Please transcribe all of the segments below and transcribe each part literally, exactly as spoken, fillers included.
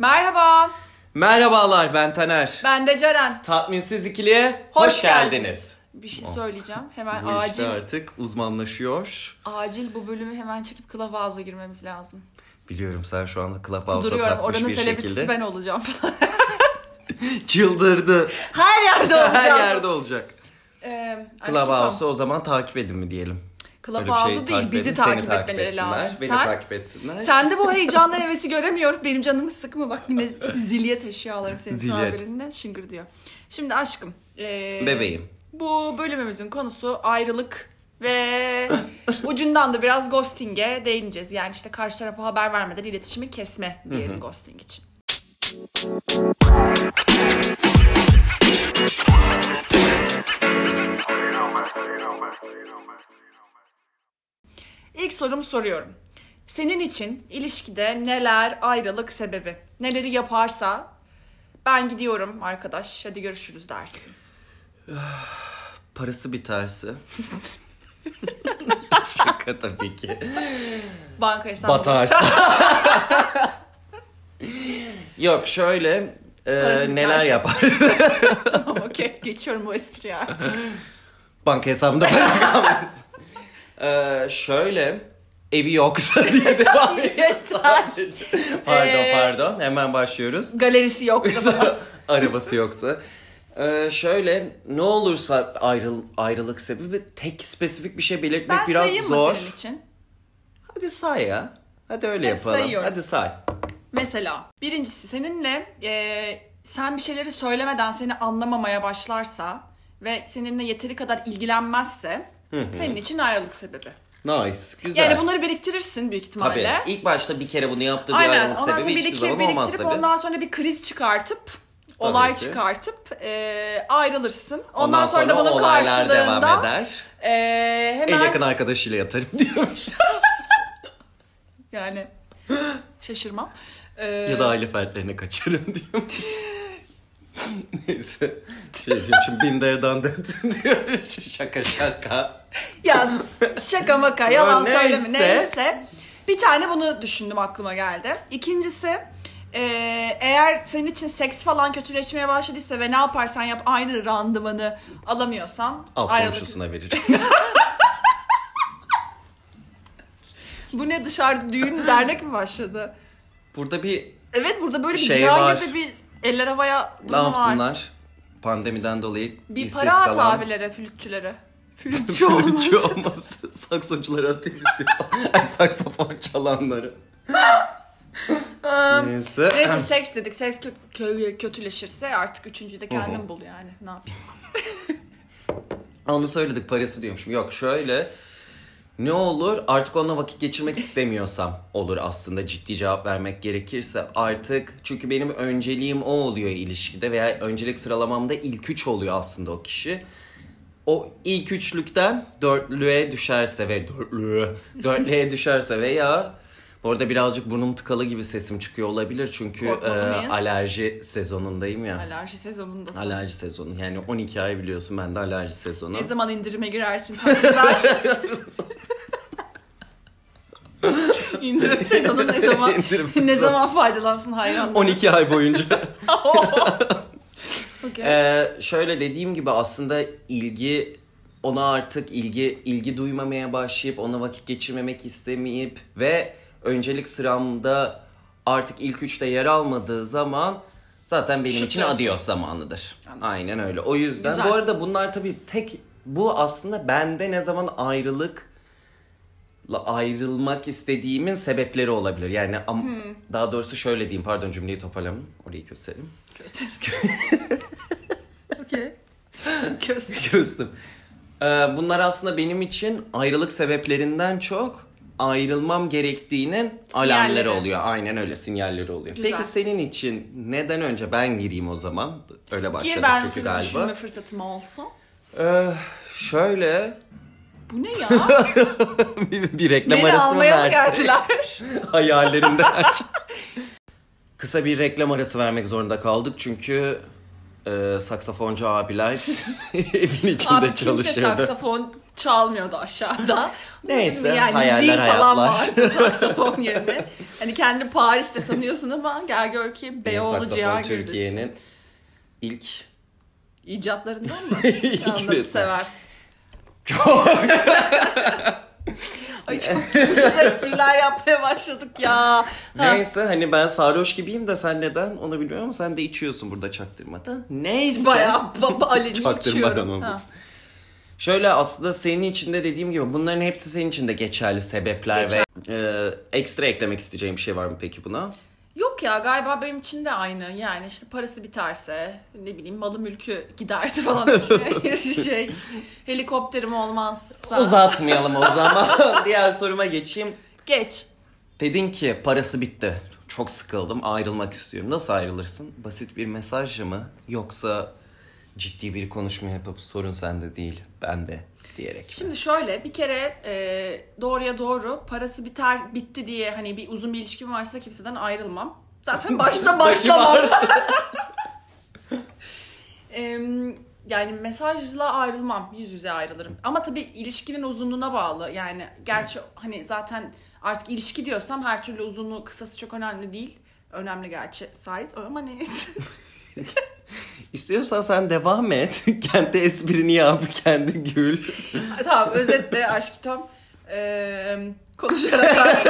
Merhaba. Merhabalar, ben Taner. Ben de Ceren. Tatminsiz ikiliye hoş, hoş geldiniz. geldiniz. Bir şey söyleyeceğim. Hemen bu acil. Bu işte artık uzmanlaşıyor. Acil bu bölümü hemen çekip Clubhouse'a girmemiz lazım. Biliyorum, sen şu anda Clubhouse'a takmış oranın bir şekilde. Oranın selebritisi ben olacağım falan. Çıldırdı. Her yerde olacak. Her yerde olacak. Ee, Clubhouse'u o zaman takip edin mi diyelim? Clubhouse'u şey değil, bizi takip, takip etmeleri lazım. Beni sen, takip etsinler. Sen de bu heyecanla hevesi göremiyorum. Benim canımı sıkma, bak yine zilyet eşyalarım senin tabirinden şıngır diyor. Şimdi aşkım. E, Bebeğim. Bu bölümümüzün konusu ayrılık ve ucundan da biraz ghosting'e değineceğiz. Yani işte karşı tarafa haber vermeden iletişimi kesme diyelim ghosting için. İlk sorumu soruyorum. Senin için ilişkide neler ayrılık sebebi? Neleri yaparsa ben gidiyorum arkadaş, hadi görüşürüz dersin. Parası biterse. Şaka tabii ki. Banka hesabı. Batarsa. Yok şöyle e, neler yapar? Tamam okey, geçiyorum bu espriye artık. Banka hesabında para kalmaz. Ee, şöyle evi yoksa diye devam ediyoruz. Pardon ee, pardon hemen başlıyoruz. Galerisi yoksa. Arabası yoksa. Ee, şöyle ne olursa ayrıl, ayrılık sebebi tek spesifik bir şey belirtmek ben biraz zor. Ben sayayım mı senin için? Hadi say ya. Hadi öyle Hep yapalım. Sayıyorum. Hadi say. Mesela birincisi seninle e, sen bir şeyleri söylemeden seni anlamamaya başlarsa ve seninle yeteri kadar ilgilenmezse Hı-hı. senin için ayrılık sebebi. Nice, güzel. Yani bunları biriktirirsin büyük ihtimalle. Tabii. İlk başta bir kere bunu yaptığı bir ayrılık sebebi hiçbir zaman olmaz tabii. Ondan sonra bir kriz çıkartıp, tabii olay ki. çıkartıp e, ayrılırsın. Ondan, ondan sonra, sonra da bunun karşılığında devam eder. E, hemen... En yakın arkadaşıyla yatarım diyormuş. Yani şaşırmam. Ee... Ya da aile fertlerine kaçarım diyormuş. Neyse. Şey diyeceğim şimdi bin dereden dedin diyor. Şaka şaka. Ya şaka maka yalan neyse. söyleme. Neyse. Bir tane bunu düşündüm, aklıma geldi. İkincisi e, eğer senin için seks falan kötüleşmeye başladıysa ve ne yaparsan yap aynı randımanı alamıyorsan. Alt ayrılık... komşusuna verir. Bu ne, dışarıda düğün dernek mi başladı? Burada bir Evet burada böyle bir şey cihan gibi bir eller havaya durumu var. Ne yapsınlar? Pandemiden dolayı bir işsiz para at kalan... abilere, flütçülere. Flütçü olmaz. Flütçü olmaz. Saksocuları atayım istiyorsan. Ay saksafon çalanları. um, neyse. Neyse seks dedik. Seks kö- kö- kötüleşirse artık üçüncüyü de kendim bul yani. Ne yapayım? Onu söyledik, parası diyormuşum. Yok şöyle... Ne olur artık onunla vakit geçirmek istemiyorsam olur aslında, ciddi cevap vermek gerekirse artık, çünkü benim önceliğim o oluyor ilişkide veya öncelik sıralamamda ilk üç oluyor aslında o kişi. O ilk üçlükten dörtlüğe düşerse ve dörtlüğe, dörtlüğe düşerse veya bu arada birazcık burnum tıkalı gibi sesim çıkıyor olabilir çünkü e, alerji sezonundayım ya. Alerji sezonundasın. Alerji sezonu yani on iki ay biliyorsun ben de alerji sezonu. Ne zaman indirime girersin takdirler? İndirim sezonu ne zaman İndirim ne zaman faydalansın hayranlar? on iki ay boyunca. Okay. Ee, şöyle dediğim gibi aslında ilgi ona artık ilgi ilgi duymamaya başlayıp ona vakit geçirmemek istemeyip ve öncelik sıramda artık ilk üçte yer almadığı zaman zaten benim Şükrüsün. için adios zamanıdır. Anladım. Aynen öyle. O yüzden Güzel. Bu arada bunlar tabii tek bu aslında bende ne zaman ayrılık ayrılmak istediğimin sebepleri olabilir. Yani am- hmm. daha doğrusu şöyle diyeyim, pardon cümleyi toparlamam. Orayı göstereyim. Göstereyim. Okey. Göster. Gösterdim. Ee, bunlar aslında benim için ayrılık sebeplerinden çok ayrılmam gerektiğinin sinyalleri. Alarmları oluyor. Aynen öyle, sinyalleri oluyor. Güzel. Peki senin için neden önce ben gireyim o zaman? Öyle başladık Gir, ben çünkü galiba. düşünme fırsatım olsa. Ee, şöyle... Bu ne ya? bir, bir reklam Beni arası mı versin? Hayallerinde her şey. Kısa bir reklam arası vermek zorunda kaldık çünkü e, saksafoncu abiler evin içinde Abi çalışıyordu. kimse saksafon çalmıyordu aşağıda. Neyse, yani hayaller, zil falan hayatlar. var saksafon yerine. Hani kendi Paris'te sanıyorsun ama gel gör ki Beyoğlu Saksafon Cihangir'desin. Türkiye'nin ilk icatlarından mı? İlk Anladım, resmen. seversin. çok Ay çok ucuz espriler yapmaya başladık ya. Ha. Neyse hani ben sarhoş gibiyim de sen neden onu bilmiyorum ama sen de içiyorsun burada çaktırmadan. Neyse. Bayağı baba aleni Çaktırmadan içiyorum. olmaz. Ha. Şöyle aslında senin için de dediğim gibi bunların hepsi senin için de geçerli sebepler Geçer. ve e, ekstra eklemek isteyeceğim bir şey var mı peki buna? Yok ya, galiba benim için de aynı. Yani işte parası biterse, ne bileyim malı mülkü giderse falan bir şey. Helikopterim olmazsa. Uzatmayalım o zaman. Diğer soruma geçeyim. Geç. Dedin ki parası bitti. Çok sıkıldım, ayrılmak istiyorum. Nasıl ayrılırsın? Basit bir mesajla mı? Yoksa ciddi bir konuşma yapıp sorun sende değil, bende diyerek mi? Şimdi şöyle bir kere e, doğruya doğru parası biter bitti diye hani bir uzun bir ilişkim varsa kimseden ayrılmam. Zaten başta başlamam. e, yani mesajla ayrılmam. Yüz yüze ayrılırım. Ama tabii ilişkinin uzunluğuna bağlı. Yani gerçi hani zaten artık ilişki diyorsam her türlü uzunluğu kısası çok önemli değil. Önemli gerçi size ama neyse. İstiyorsan sen devam et. Kendi esprini yap, kendi gül. Tamam, özetle aşk Tom. Ee, konuşarak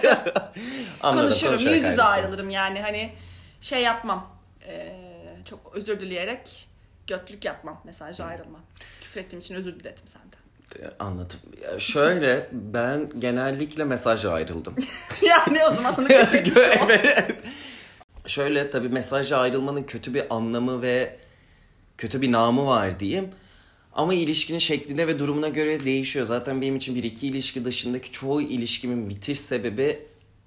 Anladım, konuşurum. konuşarak Yüz yüze ayrılsın. ayrılırım yani hani şey yapmam. Ee, çok özür dileyerek götlük yapmam. Mesajla ayrılmam. Küfür ettiğim için özür diledim senden. Anladım. Ya şöyle ben genellikle mesajla ayrıldım. Yani o zaman sana küfür etmiş oldum. Evet. Şöyle tabii mesajla ayrılmanın kötü bir anlamı ve kötü bir namı var diyeyim. Ama ilişkinin şekline ve durumuna göre değişiyor. Zaten benim için bir iki ilişki dışındaki çoğu ilişkimin bitiş sebebi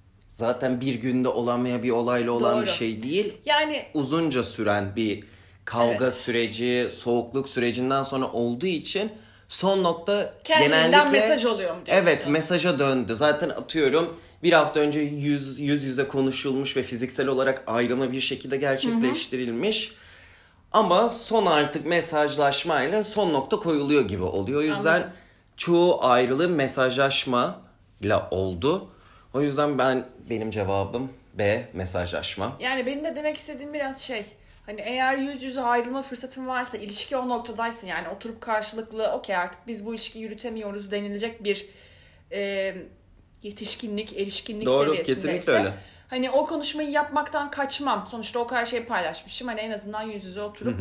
zaten bir günde olan veya bir olayla olan Doğru. bir şey değil. Yani Uzunca süren bir kavga Evet. süreci, soğukluk sürecinden sonra olduğu için son nokta kendinden genellikle... mesaj oluyor mu diyorsun? Evet, mesaja döndü. Zaten atıyorum bir hafta önce yüz, yüz yüze konuşulmuş ve fiziksel olarak ayrılma bir şekilde gerçekleştirilmiş. Hı hı. Ama son artık mesajlaşmayla son nokta koyuluyor gibi oluyor. O yüzden Anladım. çoğu ayrılığı mesajlaşmayla oldu. O yüzden ben benim cevabım B, mesajlaşma. Yani benim de demek istediğim biraz şey. Hani eğer yüz yüze ayrılma fırsatın varsa, ilişki o noktadaysın yani oturup karşılıklı okey artık biz bu ilişkiyi yürütemiyoruz denilecek bir e, yetişkinlik, erişkinlik Doğru, seviyesindeyse. kesinlikle öyle. Hani o konuşmayı yapmaktan kaçmam. Sonuçta o kadar şey paylaşmışım. Hani en azından yüz yüze oturup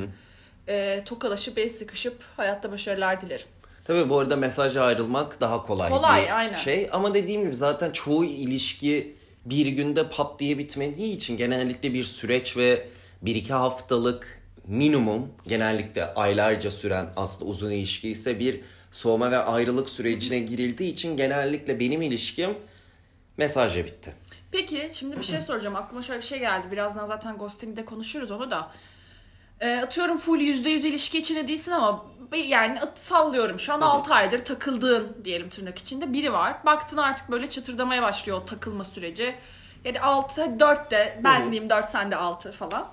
e, tokalaşıp el sıkışıp hayatta başarılar dilerim. Tabii bu arada mesajla ayrılmak daha kolay, Kolay, bir aynen. şey. Ama dediğim gibi zaten çoğu ilişki bir günde pat diye bitmediği için genellikle bir süreç ve bir iki haftalık minimum, genellikle aylarca süren aslında uzun ilişki ise bir soğuma ve ayrılık sürecine girildiği için genellikle benim ilişkim mesajla bitti. Peki şimdi bir şey soracağım. Aklıma şöyle bir şey geldi. Birazdan zaten ghosting'de konuşuruz onu da. E, atıyorum full yüzde yüz ilişki içinde değilsin ama yani sallıyorum. Şu an altı aydır takıldığın diyelim tırnak içinde biri var. Baktın artık böyle çıtırdamaya başlıyor o takılma süreci. Yani altı, dört de ben diyeyim dört sen de altı falan.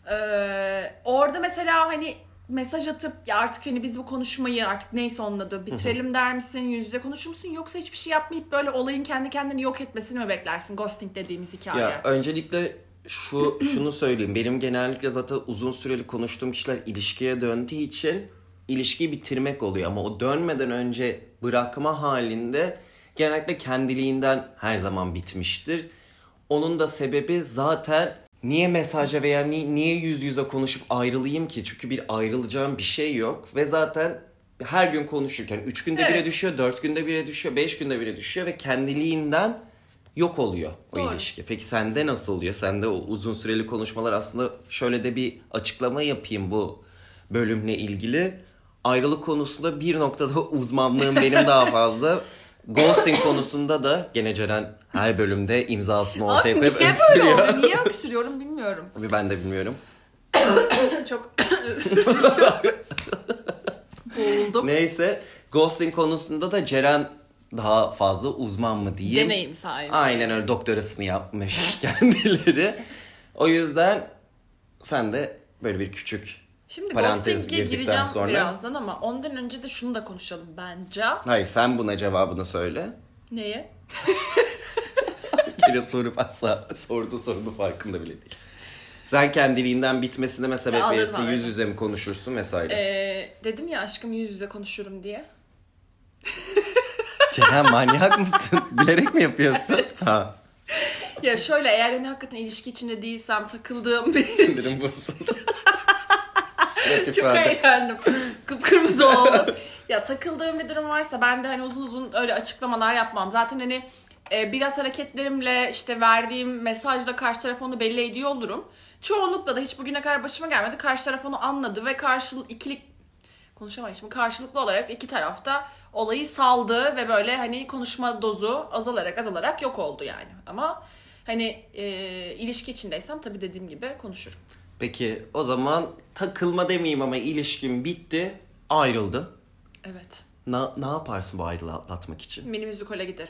Ee, orada mesela hani mesaj atıp ya artık hani biz bu konuşmayı artık neyse onun adı bitirelim der misin? Yüz yüze konuşur musun? Yoksa hiçbir şey yapmayıp böyle olayın kendi kendini yok etmesini mi beklersin? Ghosting dediğimiz hikaye. Ya öncelikle şu şunu söyleyeyim. Benim genellikle zaten uzun süreli konuştuğum kişiler ilişkiye döndüğü için ilişkiyi bitirmek oluyor. Ama o dönmeden önce bırakma halinde genellikle kendiliğinden her zaman bitmiştir. Onun da sebebi zaten niye mesajla veya ni- niye yüz yüze konuşup ayrılayım ki? Çünkü bir ayrılacağım bir şey yok. Ve zaten her gün konuşurken üç günde Evet. bire düşüyor, dört günde bire düşüyor, beş günde bire düşüyor ve kendiliğinden yok oluyor o Doğru. ilişki. Peki sende nasıl oluyor? Sende o uzun süreli konuşmalar aslında şöyle de bir açıklama yapayım bu bölümle ilgili. Ayrılık konusunda bir noktada uzmanlığım benim daha fazla. Ghosting konusunda da gene Ceren her bölümde imzasını ortaya Abi koyup niye böyle öksürüyor. oldu? Niye öksürüyorum bilmiyorum. Abi ben de bilmiyorum. Çok boğuldum. Neyse ghosting konusunda da Ceren daha fazla uzman mı diyeyim. Deneyim sahibi. Aynen öyle, doktorasını yapmış kendileri. O yüzden sen de böyle bir küçük Şimdi Parantez ghosting'e girdikten gireceğim sonra. birazdan ama ondan önce de şunu da konuşalım bence. Hayır, sen buna cevabını söyle. Neye? Geri sorup asla sorduğu sorunun farkında bile değil. Sen kendiliğinden bitmesine mi sebep Ya, verirsin, anladım, yüz yüze mi konuşursun vesaire? Ee, dedim ya aşkım yüz yüze konuşurum diye. Ceren manyak mısın? Bilerek mi yapıyorsun? Evet. Ha. Ya şöyle, eğer hani hakikaten ilişki içinde değilsem, takıldığım bir... Sinirim bozuldu. Çok eğlendim. Kıpkırmızı oldu. Ya takıldığım bir durum varsa ben de hani uzun uzun öyle açıklamalar yapmam. Zaten hani e, biraz hareketlerimle, işte verdiğim mesajla karşı taraf onu belli ediyor olurum. Çoğunlukla da hiç bugüne kadar başıma gelmedi. Karşı taraf onu anladı ve karşılık ikilik konuşamayız şimdi karşılıklı olarak iki tarafta olayı saldı ve böyle hani konuşma dozu azalarak azalarak yok oldu yani. Ama hani e, ilişki içindeysem tabii dediğim gibi konuşurum. Peki o zaman takılma demeyeyim ama ilişkin bitti, ayrıldın. Evet. Na, ne yaparsın bu ayrılığı atlatmak için? Mini müzikole giderim.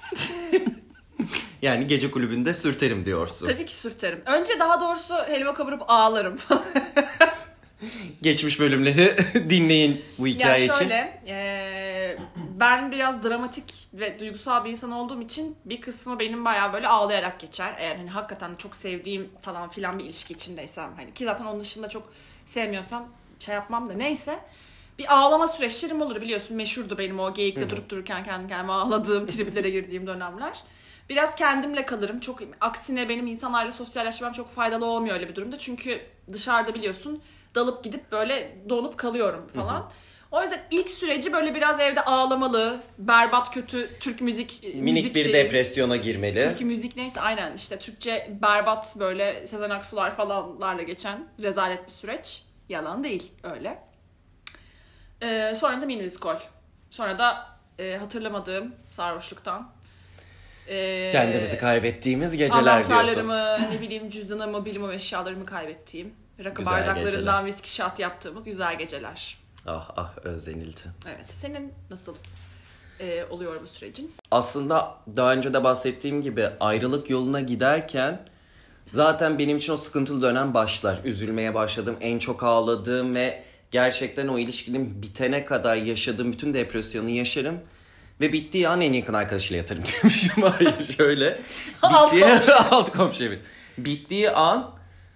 Yani gece kulübünde sürterim diyorsun. Tabii ki sürterim. Önce daha doğrusu helva kavurup ağlarım. Geçmiş bölümleri dinleyin bu hikaye ya şöyle, için. E, ben biraz dramatik ve duygusal bir insan olduğum için bir kısmı benim bayağı böyle ağlayarak geçer. Eğer hani hakikaten çok sevdiğim falan filan bir ilişki içindeysem, hani ki zaten onun dışında çok sevmiyorsam şey yapmam da neyse. Bir ağlama süreçlerim olur, biliyorsun meşhurdu benim o geyikle Hı-hı. durup dururken kendi kendime ağladığım, triplere girdiğim dönemler. Biraz kendimle kalırım. Çok aksine benim insanlarla sosyalleşmem çok faydalı olmuyor öyle bir durumda. Çünkü dışarıda biliyorsun dalıp gidip böyle donup kalıyorum falan. Hı hı. O yüzden ilk süreci böyle biraz evde ağlamalı, berbat kötü Türk müzik minik müzik bir değil. depresyona girmeli. Türk müzik neyse aynen işte Türkçe berbat böyle Sezen Aksu'lar falanlarla geçen rezalet bir süreç. Yalan değil öyle. Ee, sonra da mini müzikol. Sonra da e, hatırlamadığım sarhoşluktan. E, Kendimizi kaybettiğimiz geceler diyorsun. Anahtarlarımı, ne bileyim cüzdanımı, bilim eşyalarımı kaybettiğim. Rakı güzel bardaklarından geceler. Viski shot yaptığımız güzel geceler. Ah ah özlenildi. Evet. Senin nasıl e, oluyor bu sürecin? Aslında daha önce de bahsettiğim gibi ayrılık yoluna giderken zaten benim için o sıkıntılı dönem başlar. Üzülmeye başladım. En çok ağladığım ve gerçekten o ilişkinin bitene kadar yaşadığım bütün depresyonu yaşarım. Ve bittiği an en yakın arkadaşıyla yatarım demişim. Hayır şöyle. Bittiği alt komşu evi. Bittiği an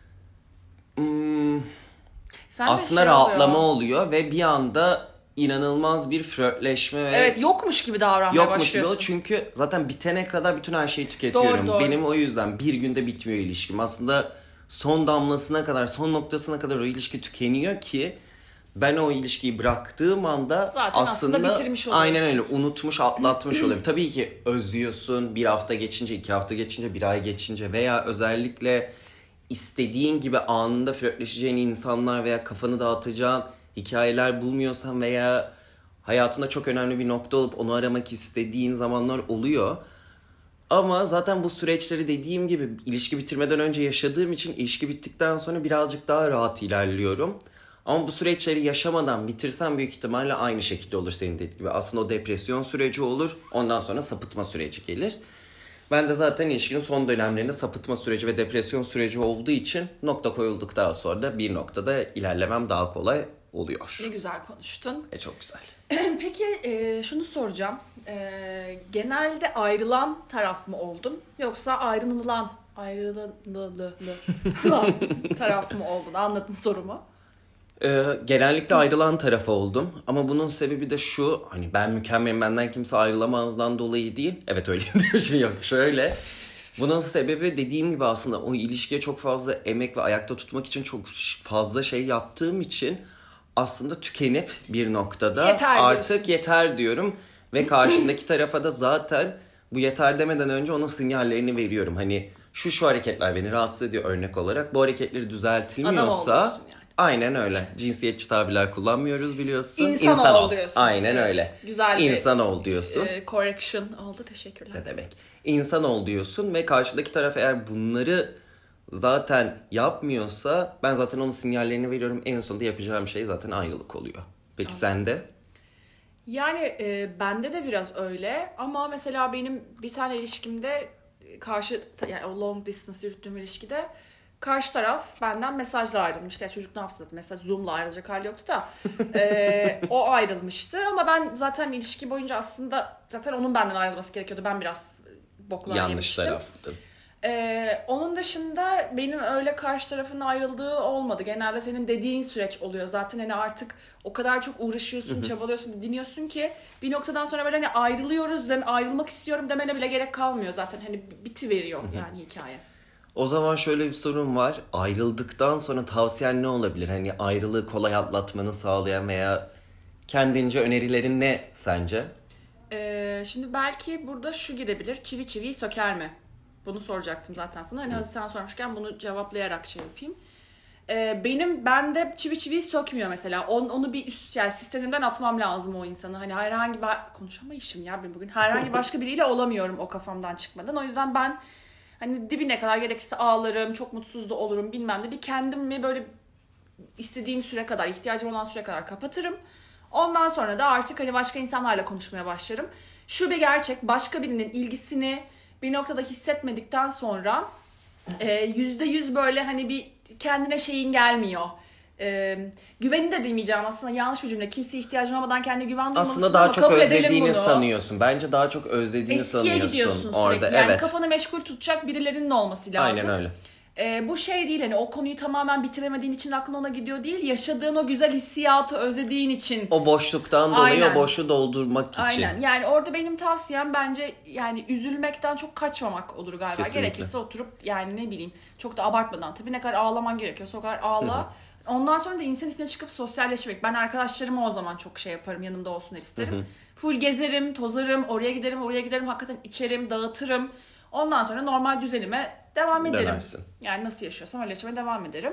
hmm, aslında şey rahatlama oluyor. oluyor ve bir anda inanılmaz bir flörtleşme ve evet yokmuş gibi davranmaya yokmuş başlıyorsun. Yokmuş gibi çünkü zaten bitene kadar bütün her şeyi tüketiyorum. Doğru, doğru. Benim o yüzden bir günde bitmiyor ilişkim. Aslında son damlasına kadar, son noktasına kadar o ilişki tükeniyor ki ben o ilişkiyi bıraktığım anda zaten aslında, aslında bitirmiş oluyorsun. Aynen öyle unutmuş, atlatmış oluyorum. Tabii ki özlüyorsun bir hafta geçince, iki hafta geçince, bir ay geçince veya özellikle istediğin gibi anında flörtleşeceğin insanlar veya kafanı dağıtacağın hikayeler bulmuyorsan veya hayatında çok önemli bir nokta olup onu aramak istediğin zamanlar oluyor. Ama zaten bu süreçleri dediğim gibi ilişki bitirmeden önce yaşadığım için ilişki bittikten sonra birazcık daha rahat ilerliyorum. Ama bu süreçleri yaşamadan bitirsem büyük ihtimalle aynı şekilde olur senin dediğin gibi. Aslında o depresyon süreci olur. Ondan sonra sapıtma süreci gelir. Ben de zaten ilişkinin son dönemlerinde sapıtma süreci ve depresyon süreci olduğu için nokta koyulduktan sonra da bir noktada ilerlemem daha kolay oluyor. Ne güzel konuştun. E çok güzel. Peki e, şunu soracağım. E, genelde ayrılan taraf mı oldun? Yoksa ayrılılan, ayrılılan taraf mı oldun? Anladın sorumu. Ee, genellikle ayrılan tarafa oldum ama bunun sebebi de şu, hani ben mükemmelim benden kimse ayrılamazdan dolayı değil. Evet öyle bir şey yok. Şöyle, bunun sebebi dediğim gibi aslında o ilişkiye çok fazla emek ve ayakta tutmak için çok fazla şey yaptığım için aslında tükenip bir noktada yeter artık diyorsun. Yeter diyorum ve karşındaki tarafa da zaten bu yeter demeden önce onun sinyallerini veriyorum. Hani şu şu hareketler beni rahatsız ediyor örnek olarak, bu hareketleri düzeltilmiyorsa aynen öyle. Cinsiyetçi tabirler kullanmıyoruz biliyorsun. İnsan, İnsan ol diyorsun. Aynen evet. Öyle. Güzel bir İnsan ol diyorsun. E, correction oldu. Teşekkürler. Ne demek? İnsan ol diyorsun ve karşıdaki taraf eğer bunları zaten yapmıyorsa ben zaten onun sinyallerini veriyorum. En sonunda yapacağım şey zaten ayrılık oluyor. Peki tamam. Sende? Yani e, bende de biraz öyle ama mesela benim bir tane ilişkimde karşı yani o long distance yürüttüğüm ilişkide karşı taraf benden mesajla ayrılmıştı. Ya çocuk ne yapsın zaten, mesaj Zoom'la ayrılacak hali yoktu da. e, o ayrılmıştı ama ben zaten ilişki boyunca aslında zaten onun benden ayrılması gerekiyordu. Ben biraz boklar Yanlış yemiştim. taraftın. Ee, onun dışında benim öyle karşı tarafın ayrıldığı olmadı. Genelde senin dediğin süreç oluyor. Zaten hani artık o kadar çok uğraşıyorsun, çabalıyorsun, dinliyorsun ki bir noktadan sonra böyle hani ayrılıyoruz, deme, ayrılmak istiyorum demene bile gerek kalmıyor zaten. Hani bitiveriyor yani hikaye. O zaman şöyle bir sorun var. Ayrıldıktan sonra tavsiyen ne olabilir? Hani ayrılığı kolay atlatmanı sağlayan veya kendince önerilerin ne sence? Ee, şimdi belki burada şu girebilir. Çivi çiviyi söker mi? Bunu soracaktım zaten sana. Hani hazır sen sormuşken bunu cevaplayarak şey yapayım. Ee, benim bende çivi çiviyi sökmüyor mesela. On, onu bir üst yani sistemimden atmam lazım o insanı. Hani herhangi bir konuşamayışım ya ben bugün. Herhangi başka biriyle olamıyorum o kafamdan çıkmadan. O yüzden ben hani dibine kadar gerekirse ağlarım, çok mutsuz da olurum bilmem ne. Bir kendimi böyle istediğim süre kadar, ihtiyacım olan süre kadar kapatırım. Ondan sonra da artık hani başka insanlarla konuşmaya başlarım. Şu bir gerçek, başka birinin ilgisini bir noktada hissetmedikten sonra yüzde yüz böyle hani bir kendine şeyin gelmiyor. E, güveni de demeyeceğim aslında, yanlış bir cümle. Kimseye ihtiyacın olmadan kendine güven duymalısın aslında daha ama çok kabul edelim özlediğini bunu. sanıyorsun. Bence daha çok özlediğini Eskiye sanıyorsun gidiyorsun orada. sürekli. Yani evet. kafanı meşgul tutacak birilerinin olması lazım. Aynen öyle. Ee, bu şey değil hani o konuyu tamamen bitiremediğin için aklın ona gidiyor değil. Yaşadığın o güzel hissiyatı özlediğin için. O boşluktan dolayı Aynen. o boşluğu doldurmak için. Aynen. Yani orada benim tavsiyem bence yani üzülmekten çok kaçmamak olur galiba. Kesinlikle. Gerekirse oturup yani ne bileyim çok da abartmadan tabii ne kadar ağlaman gerekiyorsa o kadar ağla. Hı-hı. Ondan sonra da insan içine çıkıp sosyalleşmek. Ben arkadaşlarıma o zaman çok şey yaparım. Yanımda olsunlar isterim. Hı-hı. Full gezerim, tozarım, oraya giderim, oraya giderim. Hakikaten içerim, dağıtırım. Ondan sonra normal düzenime devam ederim. Dönersin. Yani nasıl yaşıyorsam öyle yaşamaya devam ederim.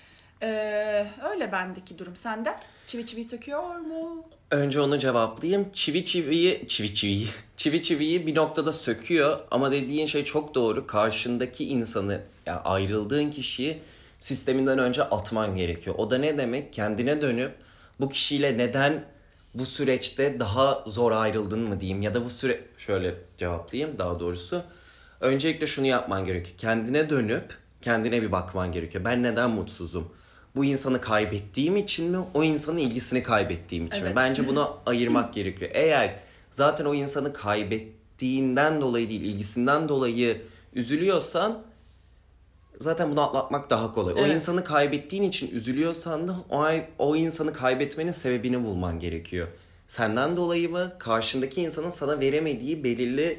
Ee, öyle bendeki durum. Sende? Çivi çivi söküyor mu? Önce onu cevaplayayım. Çivi çiviyi, çivi çiviyi, çivi çiviyi bir noktada söküyor ama dediğin şey çok doğru. Karşındaki insanı, yani ayrıldığın kişiyi sisteminden önce atman gerekiyor. O da ne demek? Kendine dönüp bu kişiyle neden bu süreçte daha zor ayrıldın mı diyeyim ya da bu süre şöyle cevaplayayım daha doğrusu. Öncelikle şunu yapman gerekiyor. Kendine dönüp kendine bir bakman gerekiyor. Ben neden mutsuzum? Bu insanı kaybettiğim için mi? O insanın ilgisini kaybettiğim için evet. mi? Bence bunu ayırmak gerekiyor. Eğer zaten o insanı kaybettiğinden dolayı değil, ilgisinden dolayı üzülüyorsan zaten bunu atlatmak daha kolay. Evet. O insanı kaybettiğin için üzülüyorsan da o, o insanı kaybetmenin sebebini bulman gerekiyor. Senden dolayı mı? Karşındaki insanın sana veremediği belirli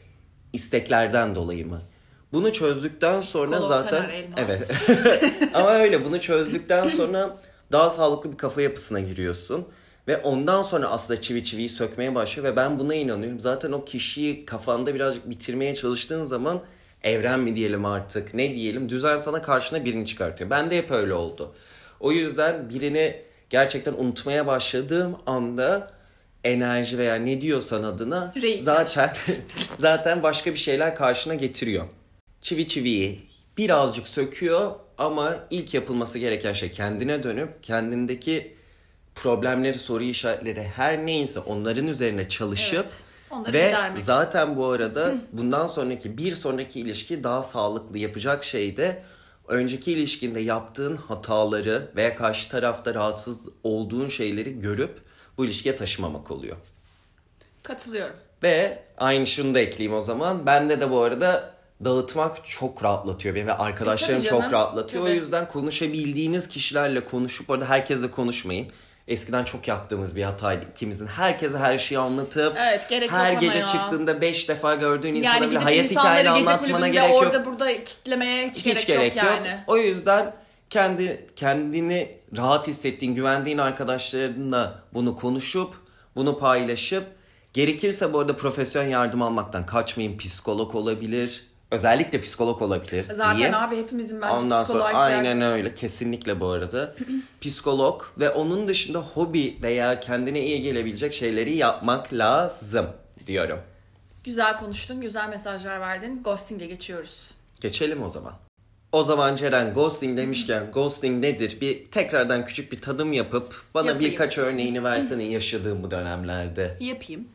isteklerden dolayı mı? Bunu çözdükten sonra Psikolog zaten evet. Ama öyle bunu çözdükten sonra daha sağlıklı bir kafa yapısına giriyorsun ve ondan sonra aslında çivi çiviyi sökmeye başlıyor ve ben buna inanıyorum. Zaten o kişiyi kafanda birazcık bitirmeye çalıştığın zaman evren mi diyelim artık ne diyelim düzen sana karşına birini çıkartıyor. Bende hep öyle oldu. O yüzden birini gerçekten unutmaya başladığım anda enerji veya ne diyorsan adına Reik zaten zaten başka bir şeyler karşına getiriyor. Çivi çiviyi birazcık söküyor ama ilk yapılması gereken şey kendine dönüp kendindeki problemleri, soru işaretleri her neyse onların üzerine çalışıp evet, ve gidermek. Zaten bu arada Hı. bundan sonraki bir sonraki ilişki daha sağlıklı yapacak şey de önceki ilişkinde yaptığın hataları veya karşı tarafta rahatsız olduğun şeyleri görüp bu ilişkiye taşımamak oluyor. Katılıyorum. Ve aynı şunu da ekleyeyim o zaman. Bende de bu arada dağıtmak çok rahatlatıyor beni ve arkadaşlarım e, çok rahatlatıyor. Tabii. O yüzden konuşabildiğiniz kişilerle konuşup orada herkesle konuşmayın. Eskiden çok yaptığımız bir hataydı ikimizin. Herkese her şeyi anlatıp evet, her gece ya. çıktığında beş defa gördüğün insana yani bile hayat hikayeni anlatmana gerek yok. Orada burada kitlemeye hiç, hiç gerek, gerek yok, yok yani. O yüzden kendi kendini rahat hissettiğin, güvendiğin arkadaşlarınla bunu konuşup, bunu paylaşıp gerekirse bu arada profesyonel yardım almaktan kaçmayın. Psikolog olabilir. Özellikle psikolog olabilir. Zaten diyeyim. abi hepimizin bence Ondan psikoloğa sonra, ihtiyacı. aynen öyle. Kesinlikle bu arada. Psikolog ve onun dışında hobi veya kendine iyi gelebilecek şeyleri yapmak lazım diyorum. Güzel konuştun, güzel mesajlar verdin. Ghosting'e geçiyoruz. Geçelim o zaman. O zaman Ceren ghosting demişken ghosting nedir? Bir tekrardan küçük bir tadım yapıp bana Yapayım. birkaç örneğini versene yaşadığım bu dönemlerde. Yapayım.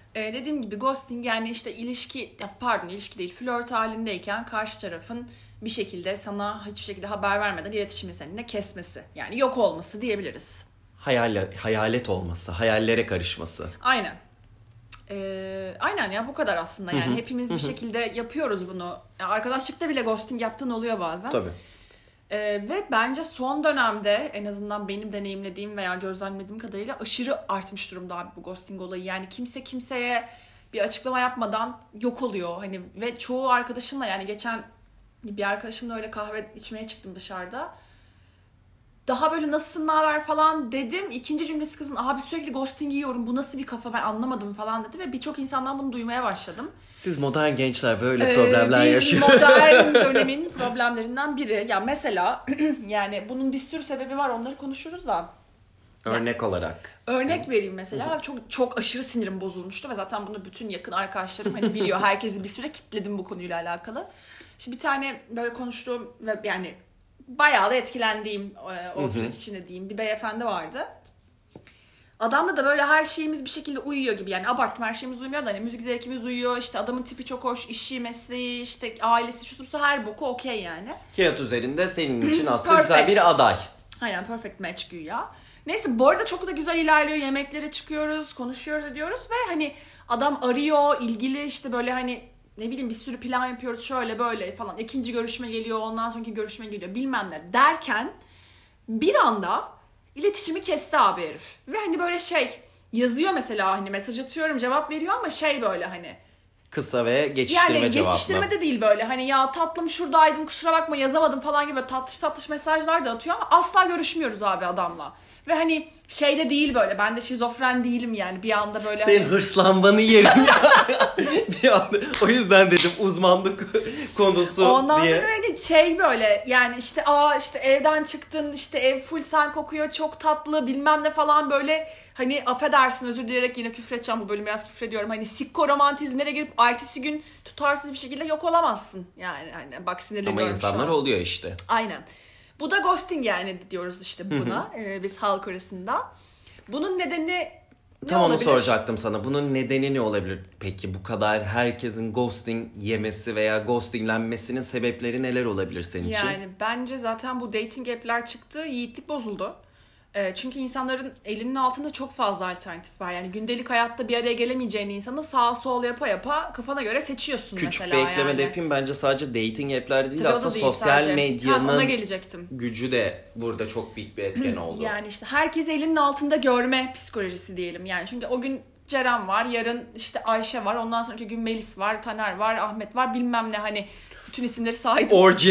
Ee, dediğim gibi ghosting yani işte ilişki, pardon ilişki değil, flört halindeyken karşı tarafın bir şekilde sana hiçbir şekilde haber vermeden iletişimi seninle kesmesi. Yani yok olması diyebiliriz. Hayal, hayalet olması, hayallere karışması. Aynen. Ee, aynen ya bu kadar aslında yani. Hepimiz bir şekilde yapıyoruz bunu. Yani arkadaşlıkta bile ghosting yaptığın oluyor bazen. Tabii. Ee, ve bence son dönemde en azından benim deneyimlediğim veya gözlemlediğim kadarıyla aşırı artmış durumda abi bu ghosting olayı. Yani kimse kimseye bir açıklama yapmadan yok oluyor. Hani ve çoğu arkadaşımla yani geçen bir arkadaşımla öyle kahve içmeye çıktım dışarıda. Daha böyle nasılsın, ne haber falan dedim. İkinci cümlesi kızın abi sürekli ghosting yiyorum. Bu nasıl bir kafa ben anlamadım falan dedi. Ve birçok insandan bunu duymaya başladım. Siz modern gençler böyle ee, problemler biz yaşıyorsunuz. modern dönemin problemlerinden biri. Ya mesela yani bunun bir sürü sebebi var. Onları konuşuruz da. Örnek yani, olarak. Örnek vereyim mesela. Çok çok aşırı sinirim bozulmuştu. Ve zaten bunu bütün yakın arkadaşlarım hani biliyor. Herkesi bir süre kitledim bu konuyla alakalı. Şimdi bir tane böyle konuştuğum ve yani... Bayağı da etkilendiğim o Hı-hı. süreç içinde diyeyim bir beyefendi vardı. Adamla da böyle her şeyimiz bir şekilde uyuyor gibi yani abarttım her şeyimiz uymuyor da hani müzik zevkimiz uyuyor işte adamın tipi çok hoş işi mesleği işte ailesi şu su her boku okey yani. Kağıt üzerinde senin için aslında güzel bir aday. Aynen perfect match güya. Neyse bu arada çok da güzel ilerliyor yemeklere çıkıyoruz konuşuyoruz ediyoruz ve hani adam arıyor ilgili işte böyle hani ne bileyim bir sürü plan yapıyoruz şöyle böyle falan. İkinci görüşme geliyor ondan sonraki görüşme geliyor bilmem ne derken bir anda iletişimi kesti abi herif. Ve hani böyle şey yazıyor mesela hani mesaj atıyorum cevap veriyor ama şey böyle hani. Kısa ve geçiştirme yani cevapla. Geçiştirme de değil böyle hani ya tatlım şuradaydım kusura bakma yazamadım falan gibi tatlış tatlış mesajlar da atıyor ama asla görüşmüyoruz abi adamla. Ve hani şey de değil böyle ben de şizofren değilim yani bir anda böyle. Senin hani... hırslanmanı yerim ya. Bir anda o yüzden dedim uzmanlık konusu Ondan diye. Ondan sonra şey böyle yani işte aa işte evden çıktın işte ev full sen kokuyor çok tatlı bilmem ne falan böyle hani affedersin özür dileyerek yine küfredeceğim bu bölüm biraz küfrediyorum hani sikko romantizmlere girip ertesi gün tutarsız bir şekilde yok olamazsın yani hani bak sinirleniyorum. Ama insanlar oluyor işte. Aynen. Bu da ghosting yani diyoruz işte buna ee, biz halk arasında. Bunun nedeni ne Tam olabilir? Onu soracaktım sana. Bunun nedeni ne olabilir peki? Bu kadar herkesin ghosting yemesi veya ghostinglenmesinin sebepleri neler olabilir senin yani, için? Yani bence zaten bu dating app'ler çıktı, yiğitlik bozuldu. E, çünkü insanların elinin altında çok fazla alternatif var. Yani gündelik hayatta bir araya gelemeyeceğin insanı sağ sol yapa yapa kafana göre seçiyorsun Küçük mesela. Küçük bir ekleme yani. de yapayım. Bence sadece dating app'ler değil Tabii aslında değil, sosyal sadece. medyanın ha, ona gelecektim. gücü de burada çok büyük bir etken oldu. Yani işte herkes elinin altında görme psikolojisi diyelim. Yani çünkü o gün Ceren var, yarın işte Ayşe var, ondan sonraki gün Melis var, Taner var, Ahmet var bilmem ne hani bütün isimleri saydım. Orji.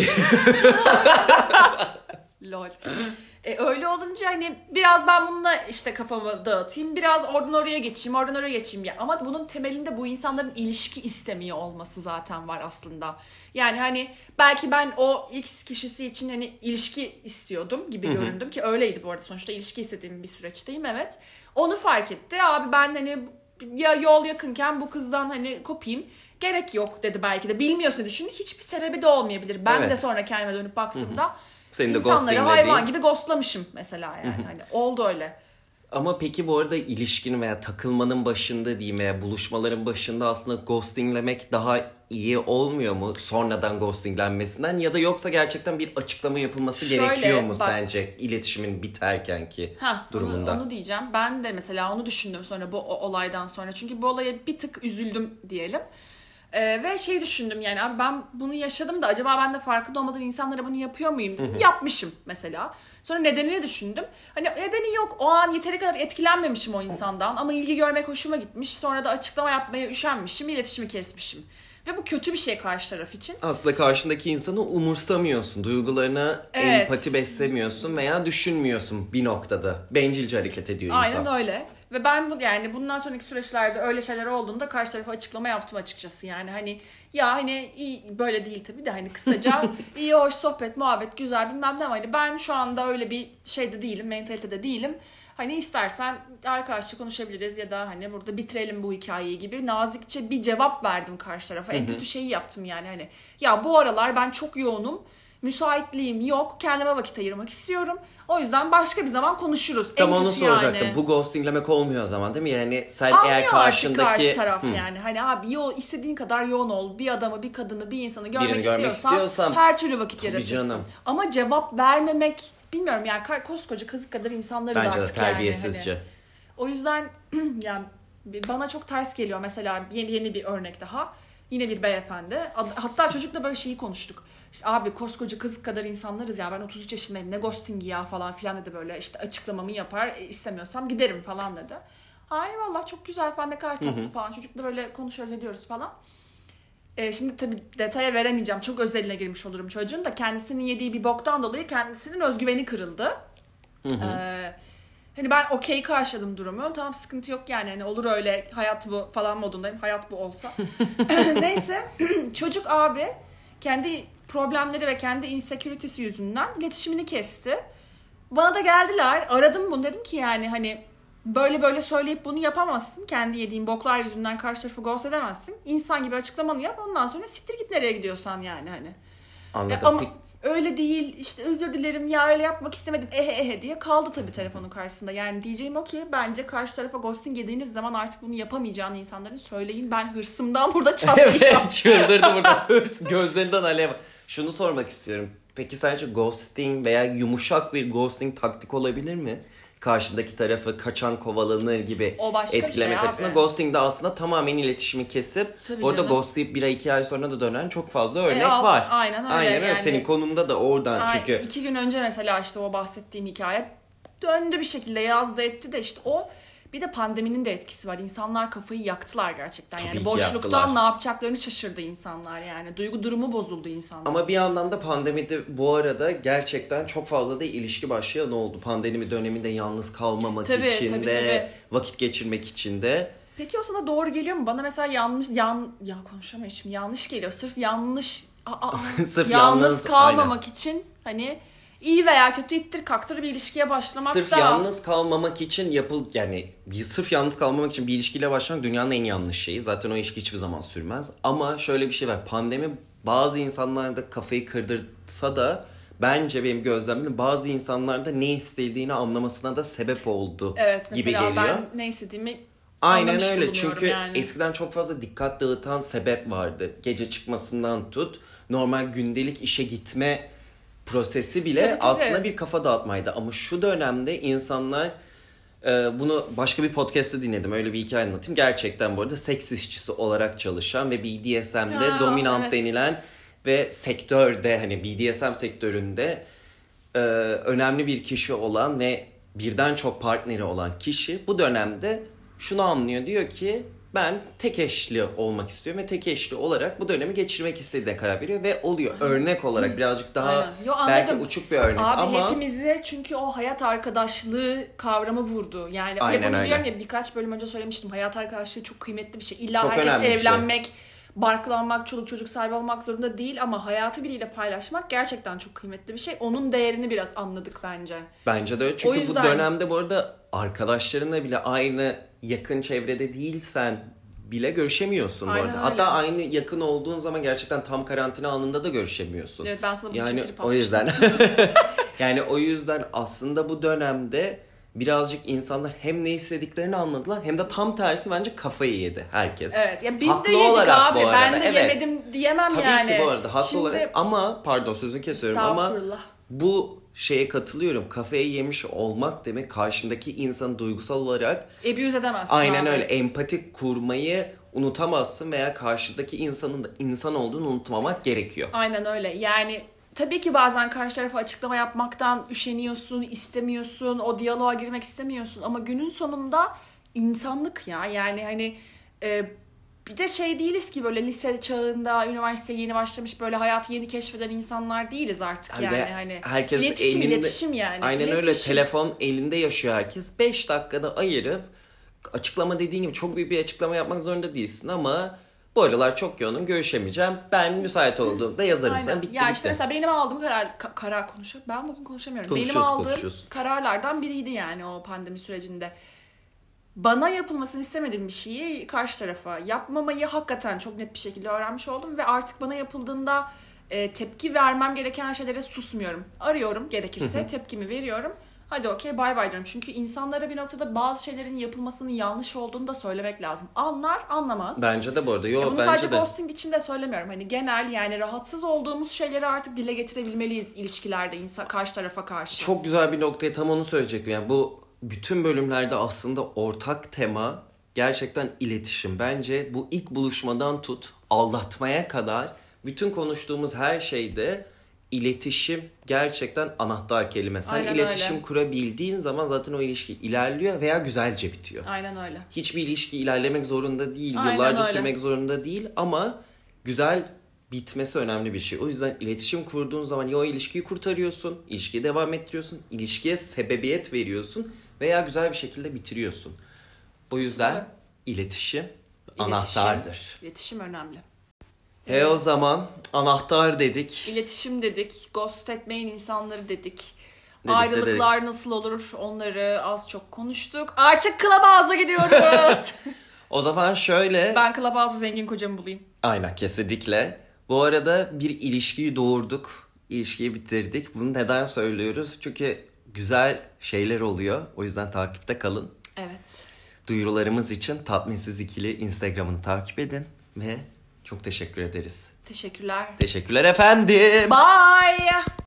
Lol. E, öyle olunca hani biraz ben bununla işte kafamı dağıtayım, biraz oradan oraya geçeyim, oradan oraya geçeyim ya. Ama bunun temelinde bu insanların ilişki istemiyor olması zaten var aslında. Yani hani belki ben o X kişisi için hani ilişki istiyordum gibi Hı-hı. göründüm ki öyleydi bu arada sonuçta ilişki istediğim bir süreçteyim evet. Onu fark etti abi ben hani ya yol yakınken bu kızdan hani kopayım. Gerek yok dedi belki de bilmiyorsa düşün hiçbir sebebi de olmayabilir. Ben evet. de sonra kendime dönüp baktığımda Hı-hı. Senin de İnsanları hayvan gibi ghostlamışım mesela yani. Hani oldu öyle. Ama peki bu arada ilişkinin veya takılmanın başında diyeyim veya buluşmaların başında aslında ghostinglemek daha iyi olmuyor mu? Sonradan ghostinglenmesinden ya da yoksa gerçekten bir açıklama yapılması Şöyle, gerekiyor mu bak, sence iletişimin biterken ki heh, durumunda? Onu, onu diyeceğim. Ben de mesela onu düşündüm sonra bu olaydan sonra. Çünkü bu olaya bir tık üzüldüm diyelim. Ee, ve şey düşündüm yani abi ben bunu yaşadım da acaba ben de farkında olmadan insanlara bunu yapıyor muyum? Hı hı. Yapmışım mesela. Sonra nedenini düşündüm. Hani nedeni yok. O an yeteri kadar etkilenmemişim o insandan ama ilgi görmek hoşuma gitmiş. Sonra da açıklama yapmaya üşenmişim, iletişimi kesmişim. Ve bu kötü bir şey karşı taraf için. Aslında karşındaki insanı umursamıyorsun. Duygularına evet. empati beslemiyorsun veya düşünmüyorsun bir noktada. Bencilce hareket ediyor Aynen insan. Aynen öyle. Ve ben bu yani bundan sonraki süreçlerde öyle şeyler olduğunda karşı tarafa açıklama yaptım açıkçası. Yani hani ya hani iyi böyle değil tabii de hani kısaca iyi hoş sohbet, muhabbet, güzel bilmem ne ama hani ben şu anda öyle bir şeyde değilim, mentalitede değilim. Hani istersen arkadaşça konuşabiliriz ya da hani burada bitirelim bu hikayeyi gibi nazikçe bir cevap verdim karşı tarafa. En kötü şeyi yaptım yani hani ya bu aralar ben çok yoğunum. müsaitliğim yok. Kendime vakit ayırmak istiyorum. O yüzden başka bir zaman konuşuruz. Tam en onu kötü soracaktım. Yani. Bu ghostinglemek olmuyor o zaman değil mi? Yani sen Anlıyor eğer karşındaki... artık karşı taraf Hı. yani. Hani abi yo, istediğin kadar yoğun ol. Bir adamı, bir kadını, bir insanı görmek, Birini görmek istiyorsan, istiyorsam, her türlü vakit tabii yaratırsın. canım. Ama cevap vermemek, bilmiyorum yani koskoca kızık kadar insanlarız Bence artık de terbiyesizce. yani. Hani. O yüzden yani bana çok ters geliyor mesela yeni yeni bir örnek daha. Yine bir beyefendi. Hatta çocukla böyle şeyi konuştuk. İşte abi koskoca kızık kadar insanlarız ya, ben otuz üç yaşındayım, ne ghostingi ya falan filan dedi böyle. İşte açıklamamı yapar, istemiyorsam giderim falan dedi. Ha eyvallah, çok güzel falan, ne kadar tatlı falan. Çocukla böyle konuşuyoruz ediyoruz falan. Ee, şimdi tabii detaya veremeyeceğim. Çok özeline girmiş olurum çocuğun da. Kendisinin yediği bir boktan dolayı kendisinin özgüveni kırıldı. Hı hı. Ee, hani ben okey karşıladım durumu. Tamam, sıkıntı yok yani. Hani olur öyle, hayat bu falan modundayım. Hayat bu olsa. Neyse çocuk abi kendi problemleri ve kendi insecurity'si yüzünden iletişimini kesti. Bana da geldiler. Aradım bunu, dedim ki yani hani böyle böyle söyleyip bunu yapamazsın. Kendi yediğin boklar yüzünden karşı tarafı ghost edemezsin. İnsan gibi açıklamanı yap. Ondan sonra siktir git nereye gidiyorsan yani hani. Anladım. E, ama öyle değil işte, özür dilerim ya, öyle yapmak istemedim ehe ehe diye kaldı tabii telefonun karşısında. Yani diyeceğim o ki bence karşı tarafa ghosting yediğiniz zaman artık bunu yapamayacağını insanların söyleyin. Ben hırsımdan burada çatlayacağım. Evet, çıldırdı burada. Hırs gözlerinden alev. Şunu sormak istiyorum. Peki sence ghosting veya yumuşak bir ghosting taktik olabilir mi? Karşındaki tarafı kaçan kovalanır gibi etkilemek şey açısından. Ghosting de aslında tamamen iletişimi kesip tabii orada canım. ghostlayıp bir ay iki ay sonra da dönen çok fazla örnek e, al, var. Aynen öyle. Aynen öyle. Yani, senin konumda da oradan ay, çünkü. iki gün önce mesela işte o bahsettiğim hikaye döndü bir şekilde, yazdı etti de işte o. Bir de pandeminin de etkisi var. İnsanlar kafayı yaktılar gerçekten. Tabii yani ki boşluktan yaktılar. ne yapacaklarını şaşırdı insanlar yani. Duygu durumu bozuldu insanlar. Ama bir yandan da pandemide bu arada gerçekten çok fazla da ilişki başlayan oldu. Pandemi döneminde yalnız kalmamak tabii, için tabii, de, tabii. vakit geçirmek için de. Peki o sana doğru geliyor mu? Bana mesela yanlış yan ya konuşamıyorum şimdi, yanlış geliyor. Sırf yanlış aa, aa, Sırf yalnız, yalnız kalmamak aynen. için hani iyi veya kötü ittir kaktır bir ilişkiye başlamak Sırf da. yalnız kalmamak için yapıl yani sırf yalnız kalmamak için bir ilişkiyle başlamak dünyanın en yanlış şeyi. Zaten o ilişki hiçbir zaman sürmez. Ama şöyle bir şey var. Pandemi bazı insanlarda kafayı kırdırsa da bence benim gözlemlerim bazı insanlarda ne istediğini anlamasına da sebep oldu evet, gibi mesela geliyor. ben ne istediğimi Aynen anlamış öyle, bulunuyorum çünkü yani. eskiden çok fazla dikkat dağıtan sebep vardı. Gece çıkmasından tut, normal gündelik işe gitme prosesi bile Tabii, tabii. aslında bir kafa dağıtmaydı. Ama şu dönemde insanlar, e, bunu başka bir podcast'te dinledim, öyle bir hikaye anlatayım. Gerçekten bu arada seks işçisi olarak çalışan ve B D S M'de Ya, dominant evet. denilen ve sektörde, hani B D S M sektöründe e, önemli bir kişi olan ve birden çok partneri olan kişi bu dönemde şunu anlıyor, diyor ki ben tek eşli olmak istiyorum ve tek eşli olarak bu dönemi geçirmek istediğine karar veriyor ve oluyor. Örnek olarak birazcık daha Yo, belki uçuk bir örnek abi, ama hepimize çünkü o hayat arkadaşlığı kavramı vurdu. Yani Aynen ya bunu öyle. diyorum ya, birkaç bölüm önce söylemiştim. Hayat arkadaşlığı çok kıymetli bir şey. İlla Çok herkes önemli bir şey. evlenmek, barklanmak, çoluk çocuk sahibi olmak zorunda değil ama hayatı biriyle paylaşmak gerçekten çok kıymetli bir şey. Onun değerini biraz anladık bence. bence de öyle. Çünkü O yüzden- bu dönemde bu arada arkadaşlarınla bile aynı yakın çevrede değilsen bile görüşemiyorsun bu Aynen arada. öyle. Hatta aynı yakın olduğun zaman gerçekten tam karantina anında da görüşemiyorsun. Evet, ben sana bu Yani için trip o yüzden yani o yüzden aslında bu dönemde birazcık insanlar hem ne istediklerini anladılar hem de tam tersi bence kafayı yedi herkes. Evet ya, biz Haklı de yedik olarak abi. bu arada. Ben de Evet. yemedim diyemem Tabii yani. ki bu arada haklı Şimdi... olarak ama pardon sözünü kesiyorum ama Estağfurullah. bu şeye katılıyorum. Kafayı yemiş olmak demek karşındaki insanı duygusal olarak Abuse edemezsin aynen abi. öyle empati kurmayı unutamazsın veya karşıdaki insanın da insan olduğunu unutmamak gerekiyor. Aynen öyle. Yani tabii ki bazen karşı tarafa açıklama yapmaktan üşeniyorsun, istemiyorsun, o diyaloğa girmek istemiyorsun ama günün sonunda insanlık ya. Yani hani e, bir de şey değiliz ki böyle lise çağında, üniversiteye yeni başlamış, böyle hayatı yeni keşfeden insanlar değiliz artık yani. Ve Hani herkes iletişim, elinde, iletişim yani. aynen İletişim. öyle, telefon elinde yaşıyor herkes. beş dakikada ayırıp açıklama, dediğin gibi çok büyük bir açıklama yapmak zorunda değilsin ama bu aralar çok yoğunum, görüşemeyeceğim. Ben müsait olduğumda yazarım Aynen. sana. Bitti ya bitti. işte mesela benim aldığım karar ka- karar konuşuyor. Ben bugün konuşamıyorum. Benim Konuşuyoruz, aldığım konuşuyoruz. kararlardan biriydi yani o pandemi sürecinde. Bana yapılmasını istemediğim bir şeyi karşı tarafa yapmamayı hakikaten çok net bir şekilde öğrenmiş oldum ve artık bana yapıldığında e, tepki vermem gereken şeylere susmuyorum. Arıyorum gerekirse, tepkimi veriyorum. Hadi okey bay bay diyorum. Çünkü insanlara bir noktada bazı şeylerin yapılmasının yanlış olduğunu da söylemek lazım. Anlar, anlamaz. Bence de bu arada. Yo, ya bunu bence sadece de. ghosting için de söylemiyorum. Hani genel, yani rahatsız olduğumuz şeyleri artık dile getirebilmeliyiz ilişkilerde insan karşı tarafa karşı. Çok güzel bir noktaya tam onu söyleyecektim. Yani bu bütün bölümlerde aslında ortak tema gerçekten iletişim. Bence bu ilk buluşmadan tut aldatmaya kadar bütün konuştuğumuz her şeyde iletişim gerçekten anahtar kelime. Sen Aynen iletişim öyle. kurabildiğin zaman zaten o ilişki ilerliyor veya güzelce bitiyor. Aynen öyle. Hiçbir ilişki ilerlemek zorunda değil, Aynen yıllarca öyle. sürmek zorunda değil ama güzel bitmesi önemli bir şey. O yüzden iletişim kurduğun zaman ya o ilişkiyi kurtarıyorsun, ilişkiyi devam ettiriyorsun, ilişkiye sebebiyet veriyorsun veya güzel bir şekilde bitiriyorsun. O yüzden iletişim, anahtardır. İletişim önemli. E o zaman anahtar dedik. İletişim dedik, ghost etmeyin insanları dedik. Dedik de Ayrılıklar nasıl olur onları az çok konuştuk. Artık Clubhouse'a gidiyoruz. O zaman şöyle... Ben Clubhouse'u zengin kocamı bulayım. Aynen, kesinlikle. Bu arada bir ilişkiyi doğurduk. İlişkiyi bitirdik. Bunu neden söylüyoruz? Çünkü güzel şeyler oluyor. O yüzden takipte kalın. Evet. Duyurularımız için Tatminsiz İkili Instagram'ını takip edin. Ve çok teşekkür ederiz. Teşekkürler. Teşekkürler efendim. Bye.